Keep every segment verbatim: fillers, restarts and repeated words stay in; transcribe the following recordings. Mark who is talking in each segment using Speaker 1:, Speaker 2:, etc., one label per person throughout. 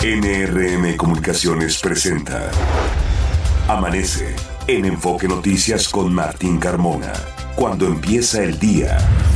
Speaker 1: N R M Comunicaciones presenta Amanece en Enfoque Noticias con Martín Carmona. Cuando empieza el día.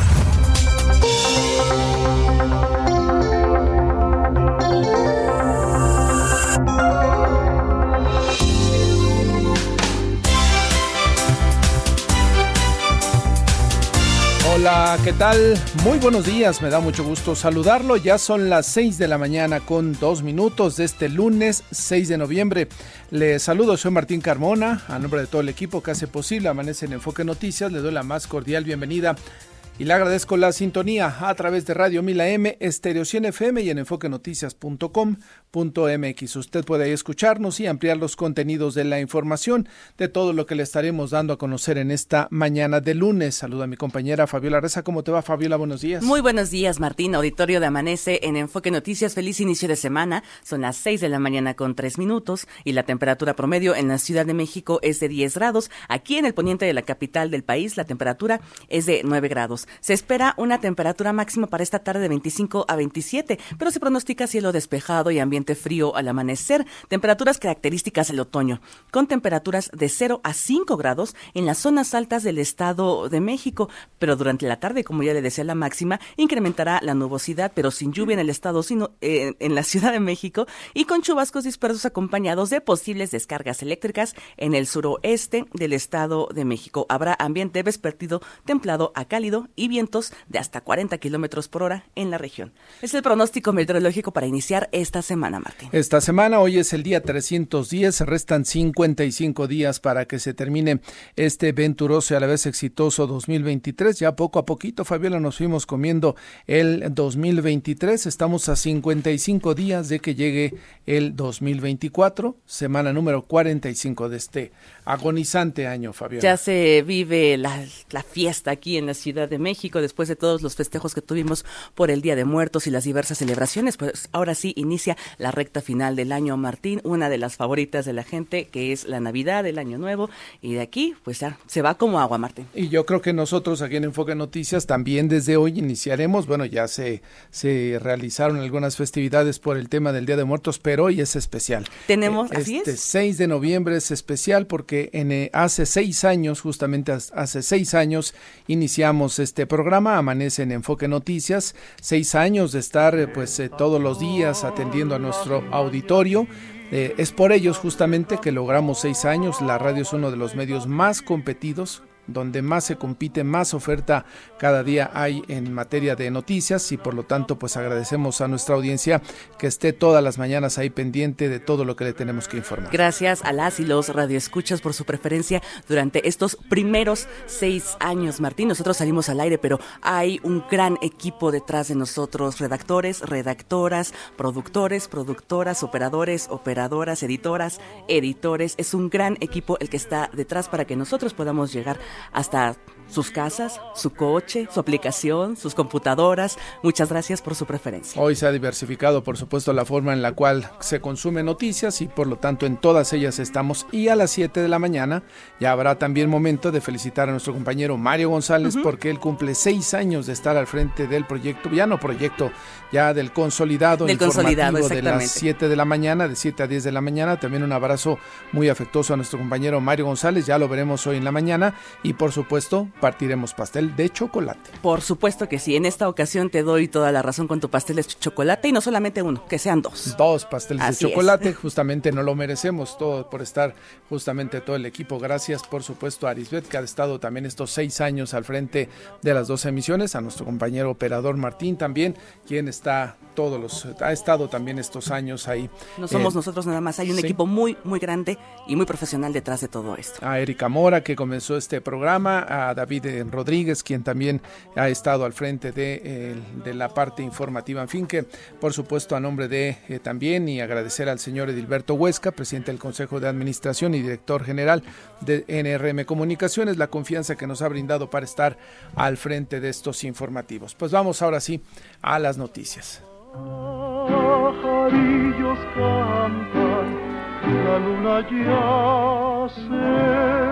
Speaker 2: Hola, ¿qué tal? Muy buenos días, me da mucho gusto saludarlo. Ya son las seis de la mañana con dos minutos de este lunes seis de noviembre. Les saludo, soy Martín Carmona, a nombre de todo el equipo que hace posible Amanece en Enfoque Noticias. Le doy la más cordial bienvenida y le agradezco la sintonía a través de Radio mil A M, Estéreo cien F M y en enfoque noticias punto com punto m x. Usted puede ahí escucharnos y ampliar los contenidos de la información de todo lo que le estaremos dando a conocer en esta mañana de lunes. Saluda a mi compañera Fabiola Reza. ¿Cómo te va, Fabiola? Buenos días.
Speaker 3: Muy buenos días, Martín. Auditorio de Amanece en Enfoque Noticias. Feliz inicio de semana. Son las seis de la mañana con tres minutos y la temperatura promedio en la Ciudad de México es de diez grados. Aquí en el poniente de la capital del país la temperatura es de nueve grados. Se espera una temperatura máxima para esta tarde de veinticinco a veintisiete, pero se pronostica cielo despejado y ambiente frío al amanecer. Temperaturas características del otoño, con temperaturas de cero a cinco grados en las zonas altas del Estado de México, pero durante la tarde, como ya le decía, la máxima incrementará la nubosidad, pero sin lluvia en el estado, sino eh, en la Ciudad de México, y con chubascos dispersos acompañados de posibles descargas eléctricas en el suroeste del Estado de México. Habrá ambiente vespertino templado a cálido y vientos de hasta cuarenta kilómetros por hora en la región. Es el pronóstico meteorológico para iniciar esta semana, Martín.
Speaker 2: Esta semana, hoy es el día trescientos diez, se restan cincuenta y cinco días para que se termine este venturoso y a la vez exitoso dos mil veintitrés. Ya poco a poquito, Fabiola, nos fuimos comiendo el dos mil veintitrés. Estamos a cincuenta y cinco días de que llegue el dos mil veinticuatro, semana número cuarenta y cinco de este agonizante año, Fabiola.
Speaker 3: Ya se vive la, la fiesta aquí en la Ciudad de México, después de todos los festejos que tuvimos por el Día de Muertos y las diversas celebraciones. Pues ahora sí inicia la recta final del año, Martín, una de las favoritas de la gente, que es la Navidad, el Año Nuevo, y de aquí pues ya se va como agua, Martín.
Speaker 2: Y yo creo que nosotros aquí en Enfoque Noticias también desde hoy iniciaremos, bueno, ya se, se realizaron algunas festividades por el tema del Día de Muertos, pero hoy es especial.
Speaker 3: Tenemos,
Speaker 2: eh,
Speaker 3: así
Speaker 2: este
Speaker 3: es.
Speaker 2: seis de noviembre es especial porque en, eh, hace seis años, justamente hace seis años, iniciamos este programa, Amanece en Enfoque Noticias, seis años de estar eh, pues eh, todos los días atendiendo a nuestro auditorio. Eh, es por ellos justamente que logramos seis años. La radio es uno de los medios más competidos, donde más se compite, más oferta cada día hay en materia de noticias, y por lo tanto pues agradecemos a nuestra audiencia que esté todas las mañanas ahí pendiente de todo lo que le tenemos que informar.
Speaker 3: Gracias a las y los radioescuchas por su preferencia durante estos primeros seis años, Martín. Nosotros salimos al aire, pero hay un gran equipo detrás de nosotros, redactores, redactoras, productores, productoras, operadores, operadoras, editoras, editores. Es un gran equipo el que está detrás para que nosotros podamos llegar hasta sus casas, su coche, su aplicación, sus computadoras. Muchas gracias por su preferencia.
Speaker 2: Hoy se ha diversificado, por supuesto, la forma en la cual se consume noticias y por lo tanto en todas ellas estamos. Y a las siete de la mañana ya habrá también momento de felicitar a nuestro compañero Mario González, uh-huh. porque él cumple seis años de estar al frente del proyecto, ya no proyecto, ya del consolidado
Speaker 3: del
Speaker 2: informativo
Speaker 3: consolidado,
Speaker 2: de las siete de la mañana, de siete a diez de la mañana. También un abrazo muy afectuoso a nuestro compañero Mario González, ya lo veremos hoy en la mañana. Y por supuesto partiremos pastel de chocolate.
Speaker 3: Por supuesto que sí, en esta ocasión te doy toda la razón con tu pastel de chocolate, y no solamente uno, que sean dos.
Speaker 2: Dos pasteles
Speaker 3: Así
Speaker 2: de chocolate,
Speaker 3: es.
Speaker 2: Justamente no lo merecemos todo por estar justamente todo el equipo. Gracias por supuesto a Arisbet, que ha estado también estos seis años al frente de las dos emisiones, a nuestro compañero operador Martín también, quien está todos los, ha estado también estos años ahí.
Speaker 3: No somos
Speaker 2: eh,
Speaker 3: nosotros nada más, hay un sí. equipo muy, muy grande y muy profesional detrás de todo esto.
Speaker 2: A Erika Mora, que comenzó este programa, a David Rodríguez, quien también ha estado al frente de, eh, de la parte informativa. En fin, que por supuesto a nombre de eh, también, y agradecer al señor Edilberto Huesca, presidente del Consejo de Administración y director general de N R M Comunicaciones, la confianza que nos ha brindado para estar al frente de estos informativos. Pues vamos ahora sí a las noticias.
Speaker 4: Pajarillos cantan, la luna ya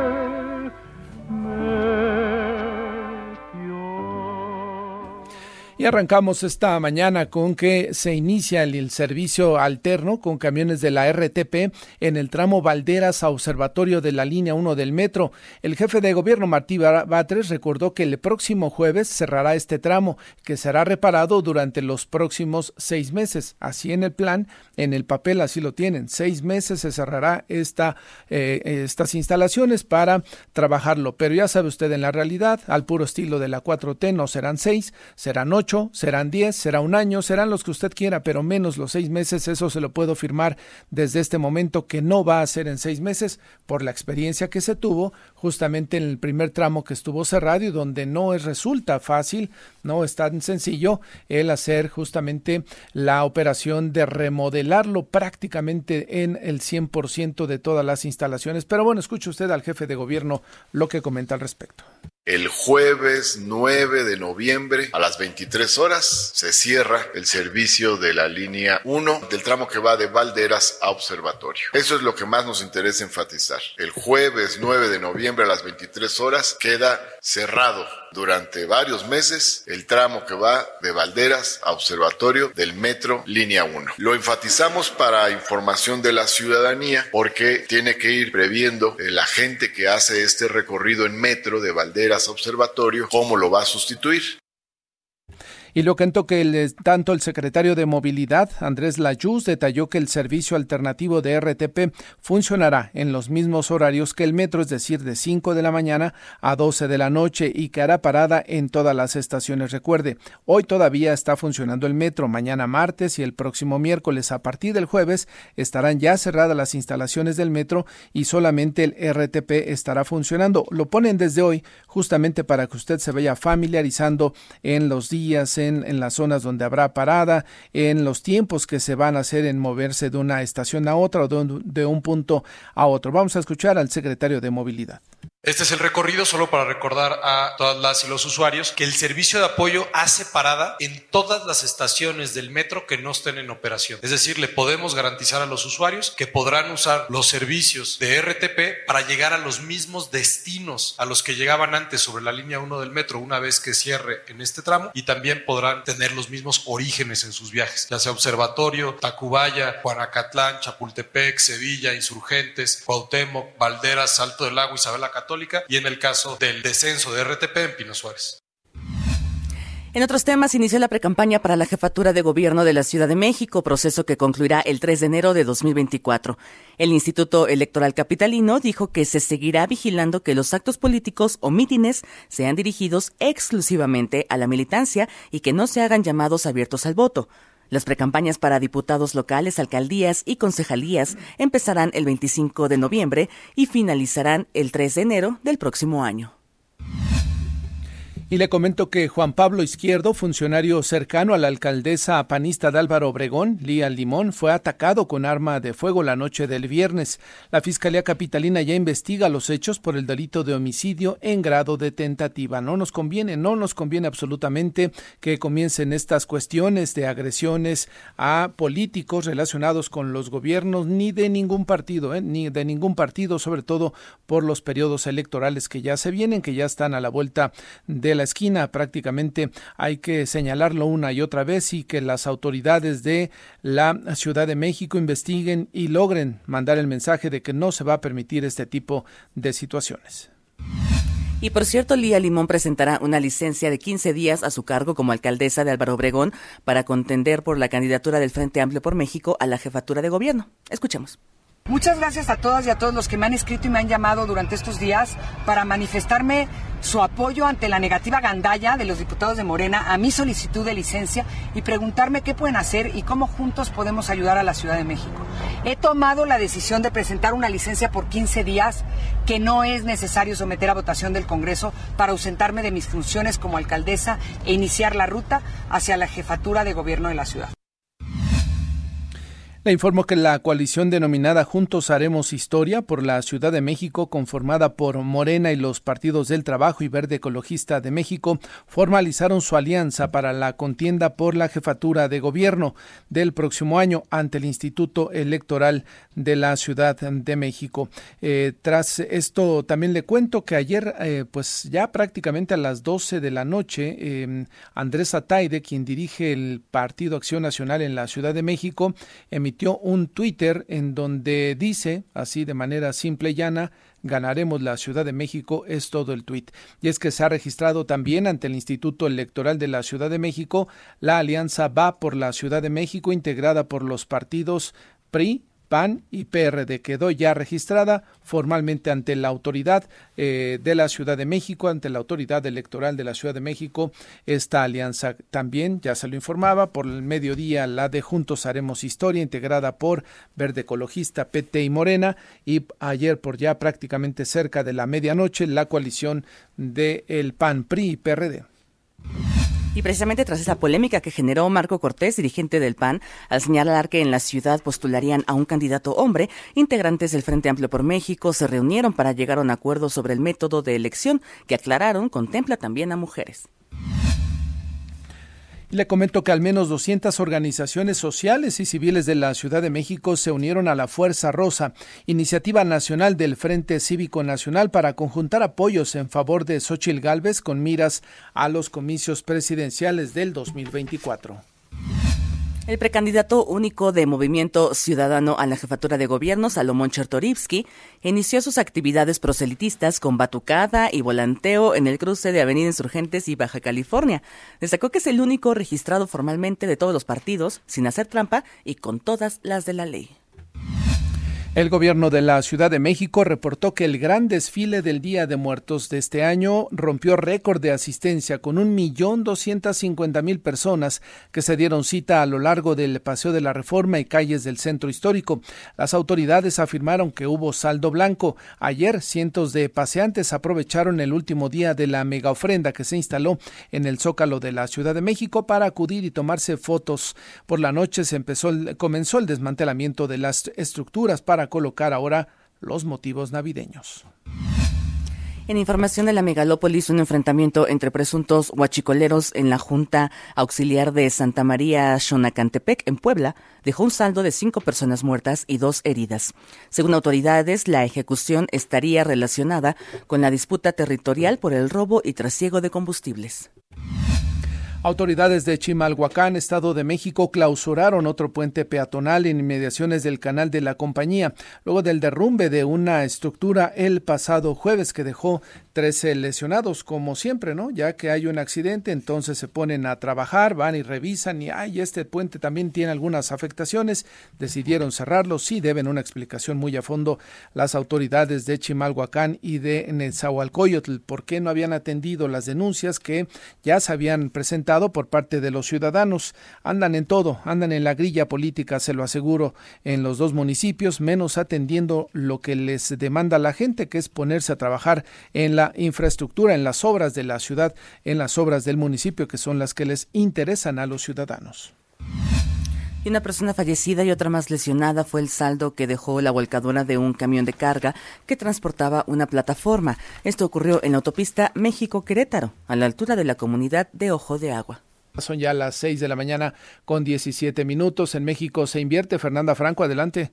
Speaker 4: se metió.
Speaker 2: Y arrancamos esta mañana con que se inicia el, el servicio alterno con camiones de la R T P en el tramo Valderas a Observatorio de la línea uno del metro. El jefe de gobierno Martí Batres recordó que el próximo jueves cerrará este tramo, que será reparado durante los próximos seis meses. Así en el plan, en el papel así lo tienen. Seis meses se cerrará esta, eh, estas instalaciones para trabajarlo. Pero ya sabe usted, en la realidad, al puro estilo de la cuatro T, no serán seis, serán ocho. Serán diez, será un año, serán los que usted quiera, pero menos los seis meses. Eso se lo puedo firmar desde este momento, que no va a ser en seis meses por la experiencia que se tuvo justamente en el primer tramo que estuvo cerrado y donde no es, resulta fácil, no es tan sencillo el hacer justamente la operación de remodelarlo prácticamente en el cien por ciento de todas las instalaciones. Pero bueno, escuche usted al jefe de gobierno lo que comenta al respecto.
Speaker 5: El jueves nueve de noviembre a las veintitrés horas se cierra el servicio de la línea uno del tramo que va de Valderas a Observatorio. Eso es lo que más nos interesa enfatizar. El jueves nueve de noviembre a las veintitrés horas queda cerrado durante varios meses el tramo que va de Valderas a Observatorio del metro línea uno. Lo enfatizamos para información de la ciudadanía porque tiene que ir previendo la gente que hace este recorrido en metro de Valderas a Observatorio cómo lo va a sustituir.
Speaker 2: Y lo contó que el, tanto el secretario de Movilidad, Andrés Layuz, detalló que el servicio alternativo de R T P funcionará en los mismos horarios que el metro, es decir, de cinco de la mañana a doce de la noche, y que hará parada en todas las estaciones. Recuerde, hoy todavía está funcionando el metro, mañana martes y el próximo miércoles. A partir del jueves estarán ya cerradas las instalaciones del metro y solamente el R T P estará funcionando. Lo ponen desde hoy justamente para que usted se vaya familiarizando en los días, en En, en las zonas donde habrá parada, en los tiempos que se van a hacer en moverse de una estación a otra o de un, de un punto a otro. Vamos a escuchar al secretario de Movilidad.
Speaker 6: Este es el recorrido, solo para recordar a todas las y los usuarios que el servicio de apoyo hace parada en todas las estaciones del metro que no estén en operación. Es decir, le podemos garantizar a los usuarios que podrán usar los servicios de R T P para llegar a los mismos destinos a los que llegaban antes sobre la línea uno del metro una vez que cierre en este tramo, y también podrán tener los mismos orígenes en sus viajes, ya sea Observatorio, Tacubaya, Juanacatlán, Chapultepec, Sevilla, Insurgentes, Cuauhtémoc, Valderas, Salto del Agua, Isabel la Católica, y en el caso del descenso de R T P en Pino Suárez.
Speaker 3: En otros temas, inició la precampaña para la jefatura de gobierno de la Ciudad de México, proceso que concluirá el tres de enero de dos mil veinticuatro. El Instituto Electoral Capitalino dijo que se seguirá vigilando que los actos políticos o mítines sean dirigidos exclusivamente a la militancia y que no se hagan llamados abiertos al voto. Las precampañas para diputados locales, alcaldías y concejalías empezarán el veinticinco de noviembre y finalizarán el tres de enero del próximo año.
Speaker 2: Y le comento que Juan Pablo Izquierdo, funcionario cercano a la alcaldesa panista de Álvaro Obregón, Lía Limón, fue atacado con arma de fuego la noche del viernes. La Fiscalía Capitalina ya investiga los hechos por el delito de homicidio en grado de tentativa. No nos conviene, no nos conviene absolutamente que comiencen estas cuestiones de agresiones a políticos relacionados con los gobiernos, ni de ningún partido, ¿eh? ni de ningún partido, sobre todo por los periodos electorales que ya se vienen, que ya están a la vuelta de la esquina. Prácticamente hay que señalarlo una y otra vez, y que las autoridades de la Ciudad de México investiguen y logren mandar el mensaje de que no se va a permitir este tipo de situaciones.
Speaker 3: Y por cierto, Lía Limón presentará una licencia de quince días a su cargo como alcaldesa de Álvaro Obregón para contender por la candidatura del Frente Amplio por México a la jefatura de gobierno. Escuchemos.
Speaker 7: Muchas gracias a todas y a todos los que me han escrito y me han llamado durante estos días para manifestarme su apoyo ante la negativa gandalla de los diputados de Morena a mi solicitud de licencia y preguntarme qué pueden hacer y cómo juntos podemos ayudar a la Ciudad de México. He tomado la decisión de presentar una licencia por quince días que no es necesario someter a votación del Congreso para ausentarme de mis funciones como alcaldesa e iniciar la ruta hacia la jefatura de gobierno de la ciudad.
Speaker 2: Le informo que la coalición denominada Juntos Haremos Historia por la Ciudad de México, conformada por Morena y los partidos del Trabajo y Verde Ecologista de México, formalizaron su alianza para la contienda por la jefatura de gobierno del próximo año ante el Instituto Electoral de la Ciudad de México. Eh, tras esto, también le cuento que ayer, eh, pues ya prácticamente a las doce de la noche, eh, Andrés Ataide, quien dirige el Partido Acción Nacional en la Ciudad de México, emitió un Twitter en donde dice, así de manera simple y llana: ganaremos la Ciudad de México, es todo el tuit. Y es que se ha registrado también ante el Instituto Electoral de la Ciudad de México la alianza Va por la Ciudad de México, integrada por los partidos P R I, P A N y P R D. Quedó ya registrada formalmente ante la autoridad eh, de la Ciudad de México, ante la autoridad electoral de la Ciudad de México, esta alianza. También, ya se lo informaba, por el mediodía la de Juntos Haremos Historia, integrada por Verde Ecologista, P T y Morena, y ayer por ya prácticamente cerca de la medianoche la coalición de el P A N, P R I y P R D.
Speaker 3: Y precisamente tras esa polémica que generó Marco Cortés, dirigente del P A N, al señalar que en la ciudad postularían a un candidato hombre, integrantes del Frente Amplio por México se reunieron para llegar a un acuerdo sobre el método de elección, que aclararon contempla también a mujeres.
Speaker 2: Le comento que al menos doscientas organizaciones sociales y civiles de la Ciudad de México se unieron a la Fuerza Rosa, iniciativa nacional del Frente Cívico Nacional, para conjuntar apoyos en favor de Xóchitl Gálvez con miras a los comicios presidenciales del dos mil veinticuatro.
Speaker 3: El precandidato único de Movimiento Ciudadano a la jefatura de gobierno, Salomón Chertorivsky, inició sus actividades proselitistas con batucada y volanteo en el cruce de Avenida Insurgentes y Baja California. Destacó que es el único registrado formalmente de todos los partidos, sin hacer trampa y con todas las de la ley.
Speaker 2: El gobierno de la Ciudad de México reportó que el gran desfile del Día de Muertos de este año rompió récord de asistencia con un millón doscientas cincuenta mil personas que se dieron cita a lo largo del Paseo de la Reforma y calles del centro histórico. Las autoridades afirmaron que hubo saldo blanco. Ayer, cientos de paseantes aprovecharon el último día de la mega ofrenda que se instaló en el Zócalo de la Ciudad de México para acudir y tomarse fotos. Por la noche se empezó el, comenzó el desmantelamiento de las estructuras para colocar ahora los motivos navideños.
Speaker 3: En información de la megalópolis, un enfrentamiento entre presuntos huachicoleros en la Junta Auxiliar de Santa María Xonacantepec, en Puebla, dejó un saldo de cinco personas muertas y dos heridas. Según autoridades, la ejecución estaría relacionada con la disputa territorial por el robo y trasiego de combustibles.
Speaker 2: Autoridades de Chimalhuacán, Estado de México, clausuraron otro puente peatonal en inmediaciones del canal de la Compañía, luego del derrumbe de una estructura el pasado jueves que dejó trece lesionados. Como siempre, ¿no? Ya que hay un accidente, entonces se ponen a trabajar, van y revisan y ay, este puente también tiene algunas afectaciones, decidieron cerrarlo. Sí deben una explicación muy a fondo las autoridades de Chimalhuacán y de Nezahualcóyotl, por qué no habían atendido las denuncias que ya se habían presentado por parte de los ciudadanos. Andan en todo, andan en la grilla política, se lo aseguro, en los dos municipios, menos atendiendo lo que les demanda la gente, que es ponerse a trabajar en la infraestructura, en las obras de la ciudad, en las obras del municipio, que son las que les interesan a los ciudadanos.
Speaker 3: Y una persona fallecida y otra más lesionada fue el saldo que dejó la volcadura de un camión de carga que transportaba una plataforma. Esto ocurrió en la autopista México-Querétaro, a la altura de la comunidad de Ojo de Agua.
Speaker 2: Son ya las seis de la mañana con diecisiete minutos. En México se invierte. Fernanda Franco, adelante.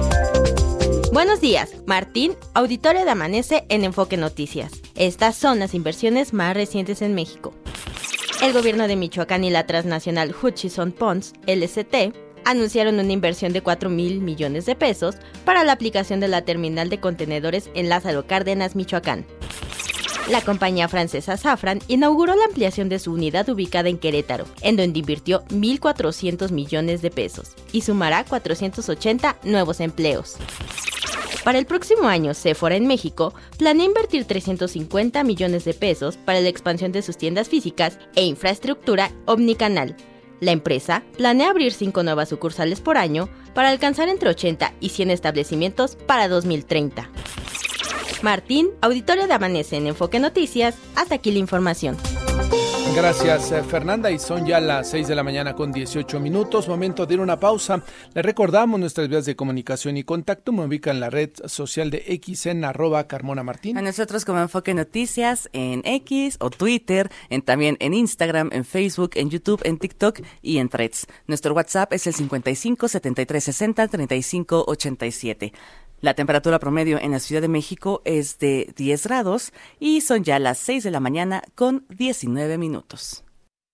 Speaker 8: Buenos días, Martín, auditorio de Amanece en Enfoque Noticias. Estas son las inversiones más recientes en México. El gobierno de Michoacán y la transnacional Hutchison Ponds, L C T, anunciaron una inversión de cuatro mil millones de pesos para la aplicación de la terminal de contenedores en Lázaro Cárdenas, Michoacán. La compañía francesa Safran inauguró la ampliación de su unidad ubicada en Querétaro, en donde invirtió mil cuatrocientos millones de pesos y sumará cuatrocientos ochenta nuevos empleos. Para el próximo año, Sephora en México planea invertir trescientos cincuenta millones de pesos para la expansión de sus tiendas físicas e infraestructura omnicanal. La empresa planea abrir cinco nuevas sucursales por año para alcanzar entre ochenta y cien establecimientos para dos mil treinta. Martín, auditorio de Amanece en Enfoque Noticias, hasta aquí la información.
Speaker 2: Gracias, eh, Fernanda, y son ya las seis de la mañana con dieciocho minutos, momento de ir a una pausa. Les recordamos nuestras vías de comunicación y contacto. Me ubican en la red social de X en arroba Carmona Martín.
Speaker 3: A nosotros como Enfoque Noticias en X o Twitter, en, también en Instagram, en Facebook, en YouTube, en TikTok y en Threads. Nuestro WhatsApp es el cincuenta y cinco, setenta y tres sesenta, treinta y cinco ochenta y siete. La temperatura promedio en la Ciudad de México es de diez grados y son ya las seis de la mañana con diecinueve minutos.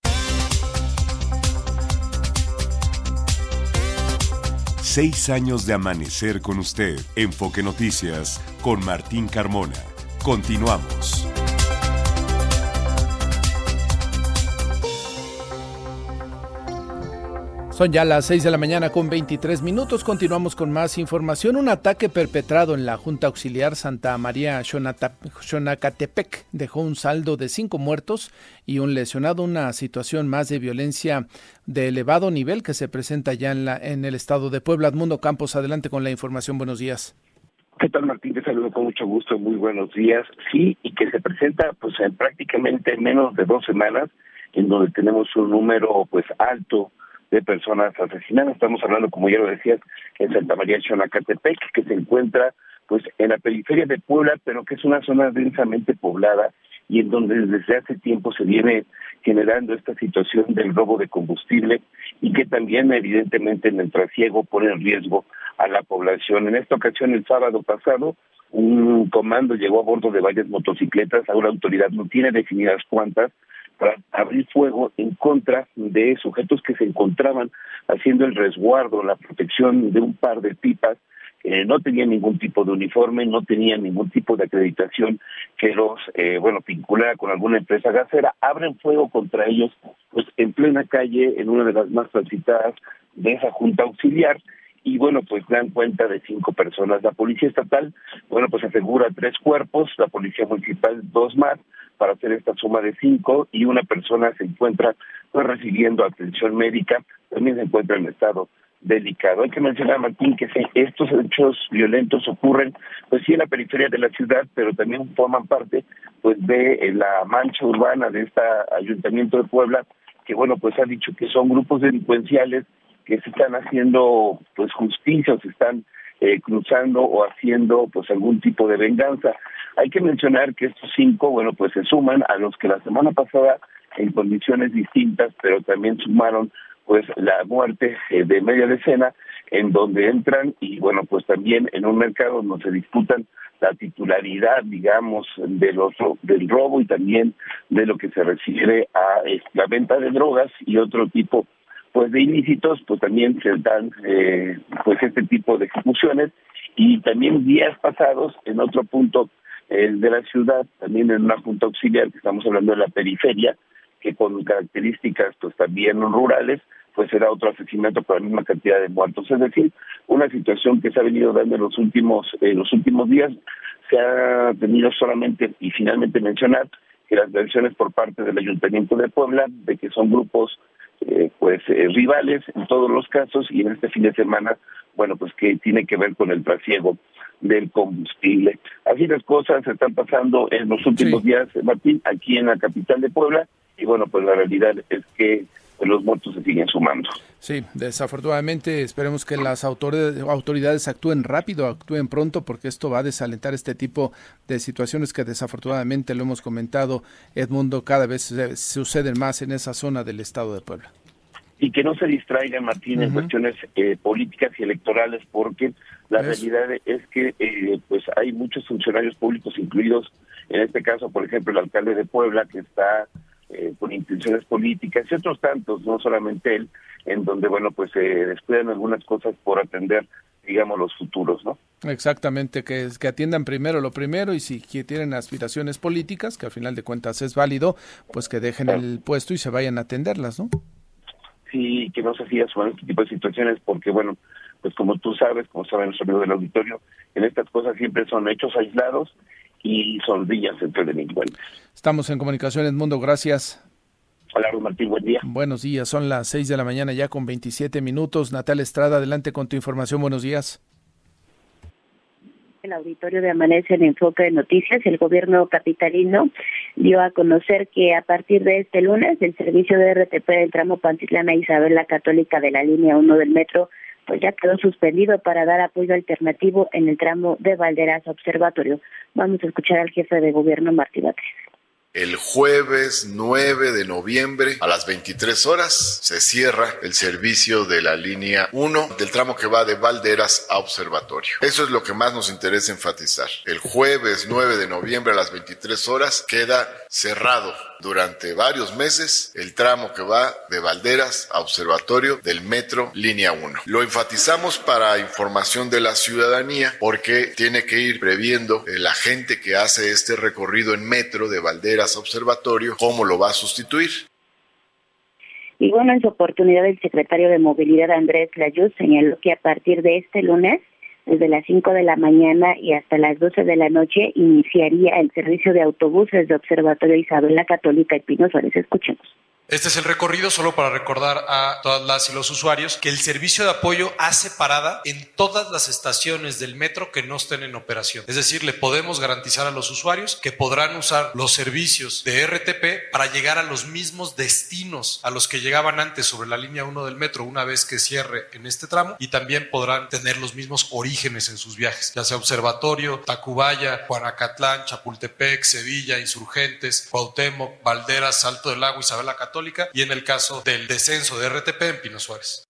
Speaker 1: Seis años de amanecer con usted. Enfoque Noticias con Martín Carmona. Continuamos.
Speaker 2: Son ya las seis de la mañana con veintitrés minutos. Continuamos con más información. Un ataque perpetrado en la Junta Auxiliar Santa María Xonacatepec dejó un saldo de cinco muertos y un lesionado, una situación más de violencia de elevado nivel que se presenta ya en, la, en el estado de Puebla. Edmundo Campos, adelante con la información. Buenos días.
Speaker 9: ¿Qué tal, Martín? Te saludo con mucho gusto. Muy buenos días. Sí, y que se presenta pues en prácticamente menos de dos semanas, en donde tenemos un número pues alto de personas asesinadas. Estamos hablando, como ya lo decías, en Santa María Xonacatepec, que se encuentra pues en la periferia de Puebla, pero que es una zona densamente poblada y en donde desde hace tiempo se viene generando esta situación del robo de combustible y que también evidentemente en el trasiego pone en riesgo a la población. En esta ocasión, el sábado pasado, un comando llegó a bordo de varias motocicletas, ahora la autoridad no tiene definidas cuántas, para abrir fuego en contra de sujetos que se encontraban haciendo el resguardo, la protección de un par de pipas que no tenían ningún tipo de uniforme, no tenían ningún tipo de acreditación que los, eh, bueno, vinculara con alguna empresa gasera. Abren fuego contra ellos, pues en plena calle, en una de las más transitadas de esa Junta Auxiliar, y bueno, pues dan cuenta de cinco personas. La Policía Estatal, bueno, pues asegura tres cuerpos, la Policía Municipal dos más, para hacer esta suma de cinco, y una persona se encuentra pues recibiendo atención médica, también se encuentra en estado delicado. Hay que mencionar, Martín, que sí, estos hechos violentos ocurren, pues sí, en la periferia de la ciudad, pero también forman parte, pues, de la mancha urbana de este Ayuntamiento de Puebla, que, bueno, pues ha dicho que son grupos delincuenciales que se están haciendo, pues, justicia, o se están eh, cruzando o haciendo, pues, algún tipo de venganza. Hay que mencionar que estos cinco, bueno, pues se suman a los que la semana pasada, en condiciones distintas, pero también sumaron, pues, la muerte eh, de media decena, en donde entran y, bueno, pues también en un mercado donde se disputan la titularidad, digamos, de los del robo y también de lo que se refiere a eh, la venta de drogas y otro tipo, pues, de ilícitos, pues también se dan, eh, pues, este tipo de ejecuciones. Y también días pasados, en otro punto eh, de la ciudad, también en una junta auxiliar, que estamos hablando de la periferia, que con características, pues, también rurales, pues será otro asesinato con la misma cantidad de muertos. Es decir, una situación que se ha venido dando en los últimos, en los últimos días. Se ha tenido solamente, y finalmente mencionar, que las versiones por parte del Ayuntamiento de Puebla, de que son grupos eh, pues eh, rivales en todos los casos, y en este fin de semana, bueno, pues que tiene que ver con el trasiego del combustible. Así las cosas se están pasando en los últimos sí. días, Martín, aquí en la capital de Puebla, y bueno, pues la realidad es que los muertos se siguen sumando.
Speaker 2: Sí, desafortunadamente esperemos que las autoridades, autoridades actúen rápido, actúen pronto, porque esto va a desalentar este tipo de situaciones que desafortunadamente, lo hemos comentado, Edmundo, cada vez se, suceden más en esa zona del estado de Puebla.
Speaker 9: Y que no se distraigan, Martín, uh-huh. en cuestiones eh, políticas y electorales, porque la Eso. realidad es que eh, pues hay muchos funcionarios públicos incluidos, en este caso, por ejemplo, el alcalde de Puebla, que está Eh, con intenciones políticas, y otros tantos, no solamente él, en donde, bueno, pues se eh, descuidan algunas cosas por atender, digamos, los futuros, ¿no?
Speaker 2: Exactamente, que, que atiendan primero lo primero, y si que tienen aspiraciones políticas, que al final de cuentas es válido, pues que dejen claro. el puesto y se vayan a atenderlas, ¿no?
Speaker 9: Sí, que no se siga sumando este tipo de situaciones, porque, bueno, pues como tú sabes, como saben nuestro amigo del auditorio, en estas cosas siempre son hechos aislados y sonrillas entre delincuentes.
Speaker 2: Estamos en comunicación, Edmundo, gracias.
Speaker 9: Hola, Martín, buen día.
Speaker 2: Buenos días, son las seis de la mañana ya con veintisiete minutos. Natalia Estrada, adelante con tu información, buenos días.
Speaker 10: El auditorio de Amanece en Enfoque de Noticias, el gobierno capitalino dio a conocer que a partir de este lunes el servicio de R T P del tramo Pantitlán a Isabel la Católica de la línea uno del metro pues ya quedó suspendido para dar apoyo alternativo en el tramo de Valderas a Observatorio. Vamos a escuchar al jefe de gobierno, Martí Batres.
Speaker 5: El jueves nueve de noviembre a las veintitrés horas se cierra el servicio de la línea uno del tramo que va de Valderas a Observatorio. Eso es lo que más nos interesa enfatizar. El jueves nueve de noviembre a las veintitrés horas queda cerrado durante varios meses el tramo que va de Valderas a Observatorio del metro línea uno. Lo enfatizamos para información de la ciudadanía porque tiene que ir previendo la gente que hace este recorrido en metro de Valderas a Observatorio cómo lo va a sustituir.
Speaker 10: Y bueno, en su oportunidad el secretario de Movilidad Andrés Layuz señaló que a partir de este lunes, desde las cinco de la mañana y hasta las doce de la noche, iniciaría el servicio de autobuses de Observatorio Isabel la Católica y Pino Suárez. Escuchemos.
Speaker 6: Este es el recorrido, solo para recordar a todas las y los usuarios que el servicio de apoyo hace parada en todas las estaciones del metro que no estén en operación. Es decir, le podemos garantizar a los usuarios que podrán usar los servicios de R T P para llegar a los mismos destinos a los que llegaban antes sobre la línea uno del metro una vez que cierre en este tramo, y también podrán tener los mismos orígenes en sus viajes, ya sea Observatorio, Tacubaya, Juanacatlán, Chapultepec, Sevilla, Insurgentes, Cuauhtémoc, Valderas, Salto del Agua, Isabel la Católica, y en el caso del descenso de R T P en Pino Suárez.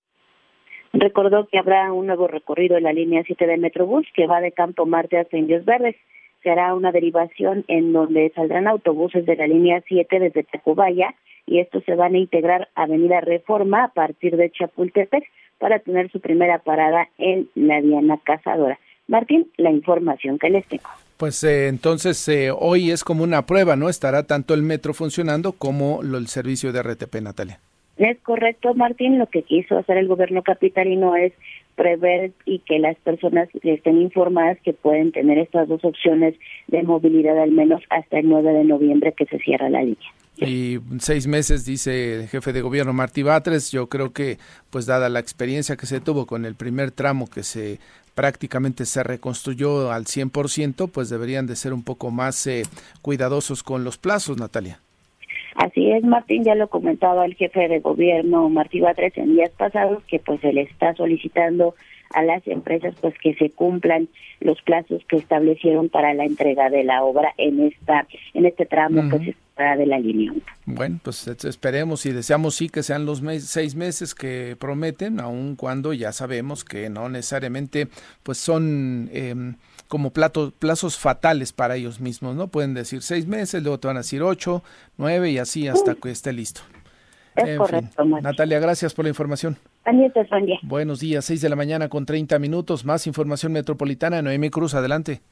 Speaker 10: Recordó que habrá un nuevo recorrido en la línea siete de Metrobús que va de Campo Marte hasta Indios Verdes. Se hará una derivación en donde saldrán autobuses de la línea siete desde Tacubaya y estos se van a integrar a Avenida Reforma a partir de Chapultepec para tener su primera parada en la Diana Cazadora. Martín, la información que les tengo.
Speaker 2: Pues eh, entonces eh, hoy es como una prueba, ¿no? Estará tanto el metro funcionando como lo, el servicio de R T P, Natalia.
Speaker 10: Es correcto, Martín. Lo que quiso hacer el gobierno capitalino es prever y que las personas estén informadas que pueden tener estas dos opciones de movilidad al menos hasta el nueve de noviembre que se cierra la línea.
Speaker 2: Y seis meses, dice el jefe de gobierno Martí Batres. Yo creo que, pues dada la experiencia que se tuvo con el primer tramo que se prácticamente se reconstruyó al cien por ciento, pues deberían de ser un poco más eh, cuidadosos con los plazos, Natalia.
Speaker 10: Así es, Martín, ya lo comentaba el jefe de gobierno Martí Batres en días pasados, que pues se le está solicitando a las empresas pues que se cumplan los plazos que establecieron para la entrega de la obra en esta en este tramo uh-huh. que se separa de la línea uno.
Speaker 2: Bueno, pues esperemos y deseamos sí que sean los mes, seis meses que prometen, aun cuando ya sabemos que no necesariamente pues son eh, como platos, plazos fatales para ellos mismos, ¿no? Pueden decir seis meses, luego te van a decir ocho, nueve y así hasta uh-huh. que esté listo.
Speaker 10: Es en correcto,
Speaker 2: fin. Natalia, gracias por la información. Buenos días, seis de la mañana con treinta minutos. Más información metropolitana. Noemí Cruz, adelante.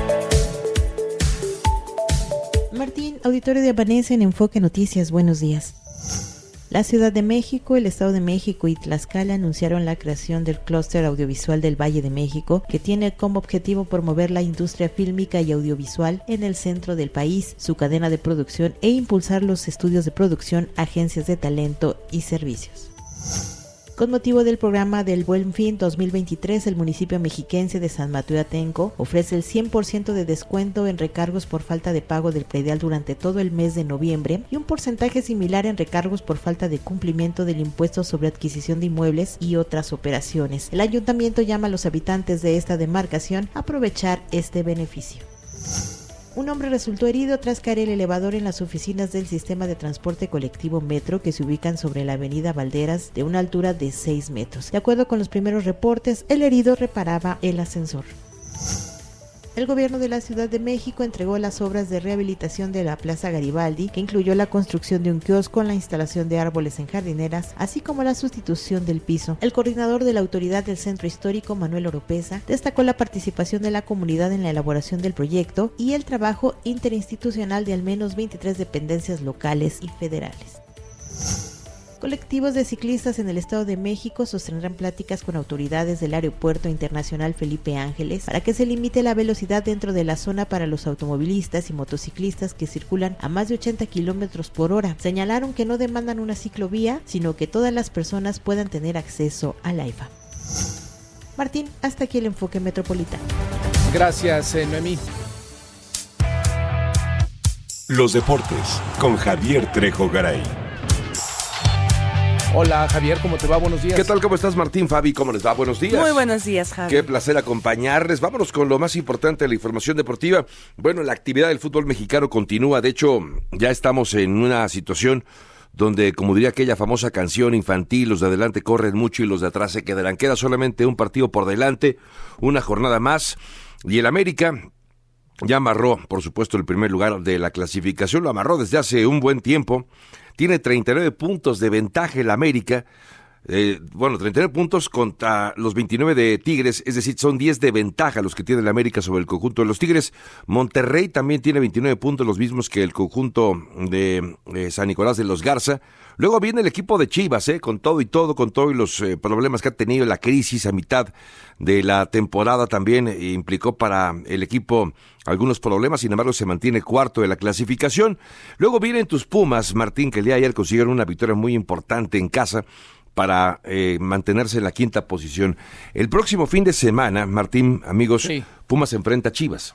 Speaker 11: Martín, auditorio de Amanece en Enfoque Noticias, buenos días. La Ciudad de México, el Estado de México y Tlaxcala anunciaron la creación del Clúster Audiovisual del Valle de México, que tiene como objetivo promover la industria fílmica y audiovisual en el centro del país, su cadena de producción e impulsar los estudios de producción, agencias de talento y servicios. Con motivo del programa del Buen Fin dos mil veintitrés, el municipio mexiquense de San Mateo Atenco ofrece el cien por ciento de descuento en recargos por falta de pago del predial durante todo el mes de noviembre y un porcentaje similar en recargos por falta de cumplimiento del impuesto sobre adquisición de inmuebles y otras operaciones. El ayuntamiento llama a los habitantes de esta demarcación a aprovechar este beneficio. Un hombre resultó herido tras caer el elevador en las oficinas del sistema de transporte colectivo Metro que se ubican sobre la avenida Valderas de una altura de seis metros. De acuerdo con los primeros reportes, el herido reparaba el ascensor. El gobierno de la Ciudad de México entregó las obras de rehabilitación de la Plaza Garibaldi, que incluyó la construcción de un kiosco, la instalación de árboles en jardineras, así como la sustitución del piso. El coordinador de la autoridad del Centro Histórico, Manuel Oropesa, destacó la participación de la comunidad en la elaboración del proyecto y el trabajo interinstitucional de al menos veintitrés dependencias locales y federales. Colectivos de ciclistas en el Estado de México sostendrán pláticas con autoridades del Aeropuerto Internacional Felipe Ángeles para que se limite la velocidad dentro de la zona para los automovilistas y motociclistas que circulan a más de ochenta kilómetros por hora. Señalaron que no demandan una ciclovía, sino que todas las personas puedan tener acceso al AIFA. Martín, hasta aquí el enfoque metropolitano.
Speaker 2: Gracias, eh, Noemí.
Speaker 1: Los deportes con Javier Trejo Garay.
Speaker 2: Hola, Javier, ¿cómo te va? Buenos días.
Speaker 12: ¿Qué tal? ¿Cómo estás, Martín? Fabi, ¿cómo les va? Buenos días.
Speaker 3: Muy buenos días, Javi.
Speaker 12: Qué placer acompañarles. Vámonos con lo más importante de la información deportiva. Bueno, la actividad del fútbol mexicano continúa. De hecho, ya estamos en una situación donde, como diría aquella famosa canción infantil, los de adelante corren mucho y los de atrás se quedarán. Queda solamente un partido por delante, una jornada más, y el América ya amarró, por supuesto, el primer lugar de la clasificación. Lo amarró desde hace un buen tiempo. Tiene treinta y nueve puntos de ventaja el América, eh, bueno, treinta y nueve puntos contra los veintinueve de Tigres, es decir, son diez de ventaja los que tiene el América sobre el conjunto de los Tigres. Monterrey también tiene veintinueve puntos, los mismos que el conjunto de eh, San Nicolás de los Garza. Luego viene el equipo de Chivas, eh, con todo y todo, con todo y los eh, problemas que ha tenido, la crisis a mitad de la temporada también eh, implicó para el equipo algunos problemas, sin embargo se mantiene cuarto de la clasificación. Luego vienen tus Pumas, Martín, que el día de ayer consiguieron una victoria muy importante en casa para eh, mantenerse en la quinta posición. El próximo fin de semana, Martín, amigos, sí. Pumas se enfrenta a Chivas.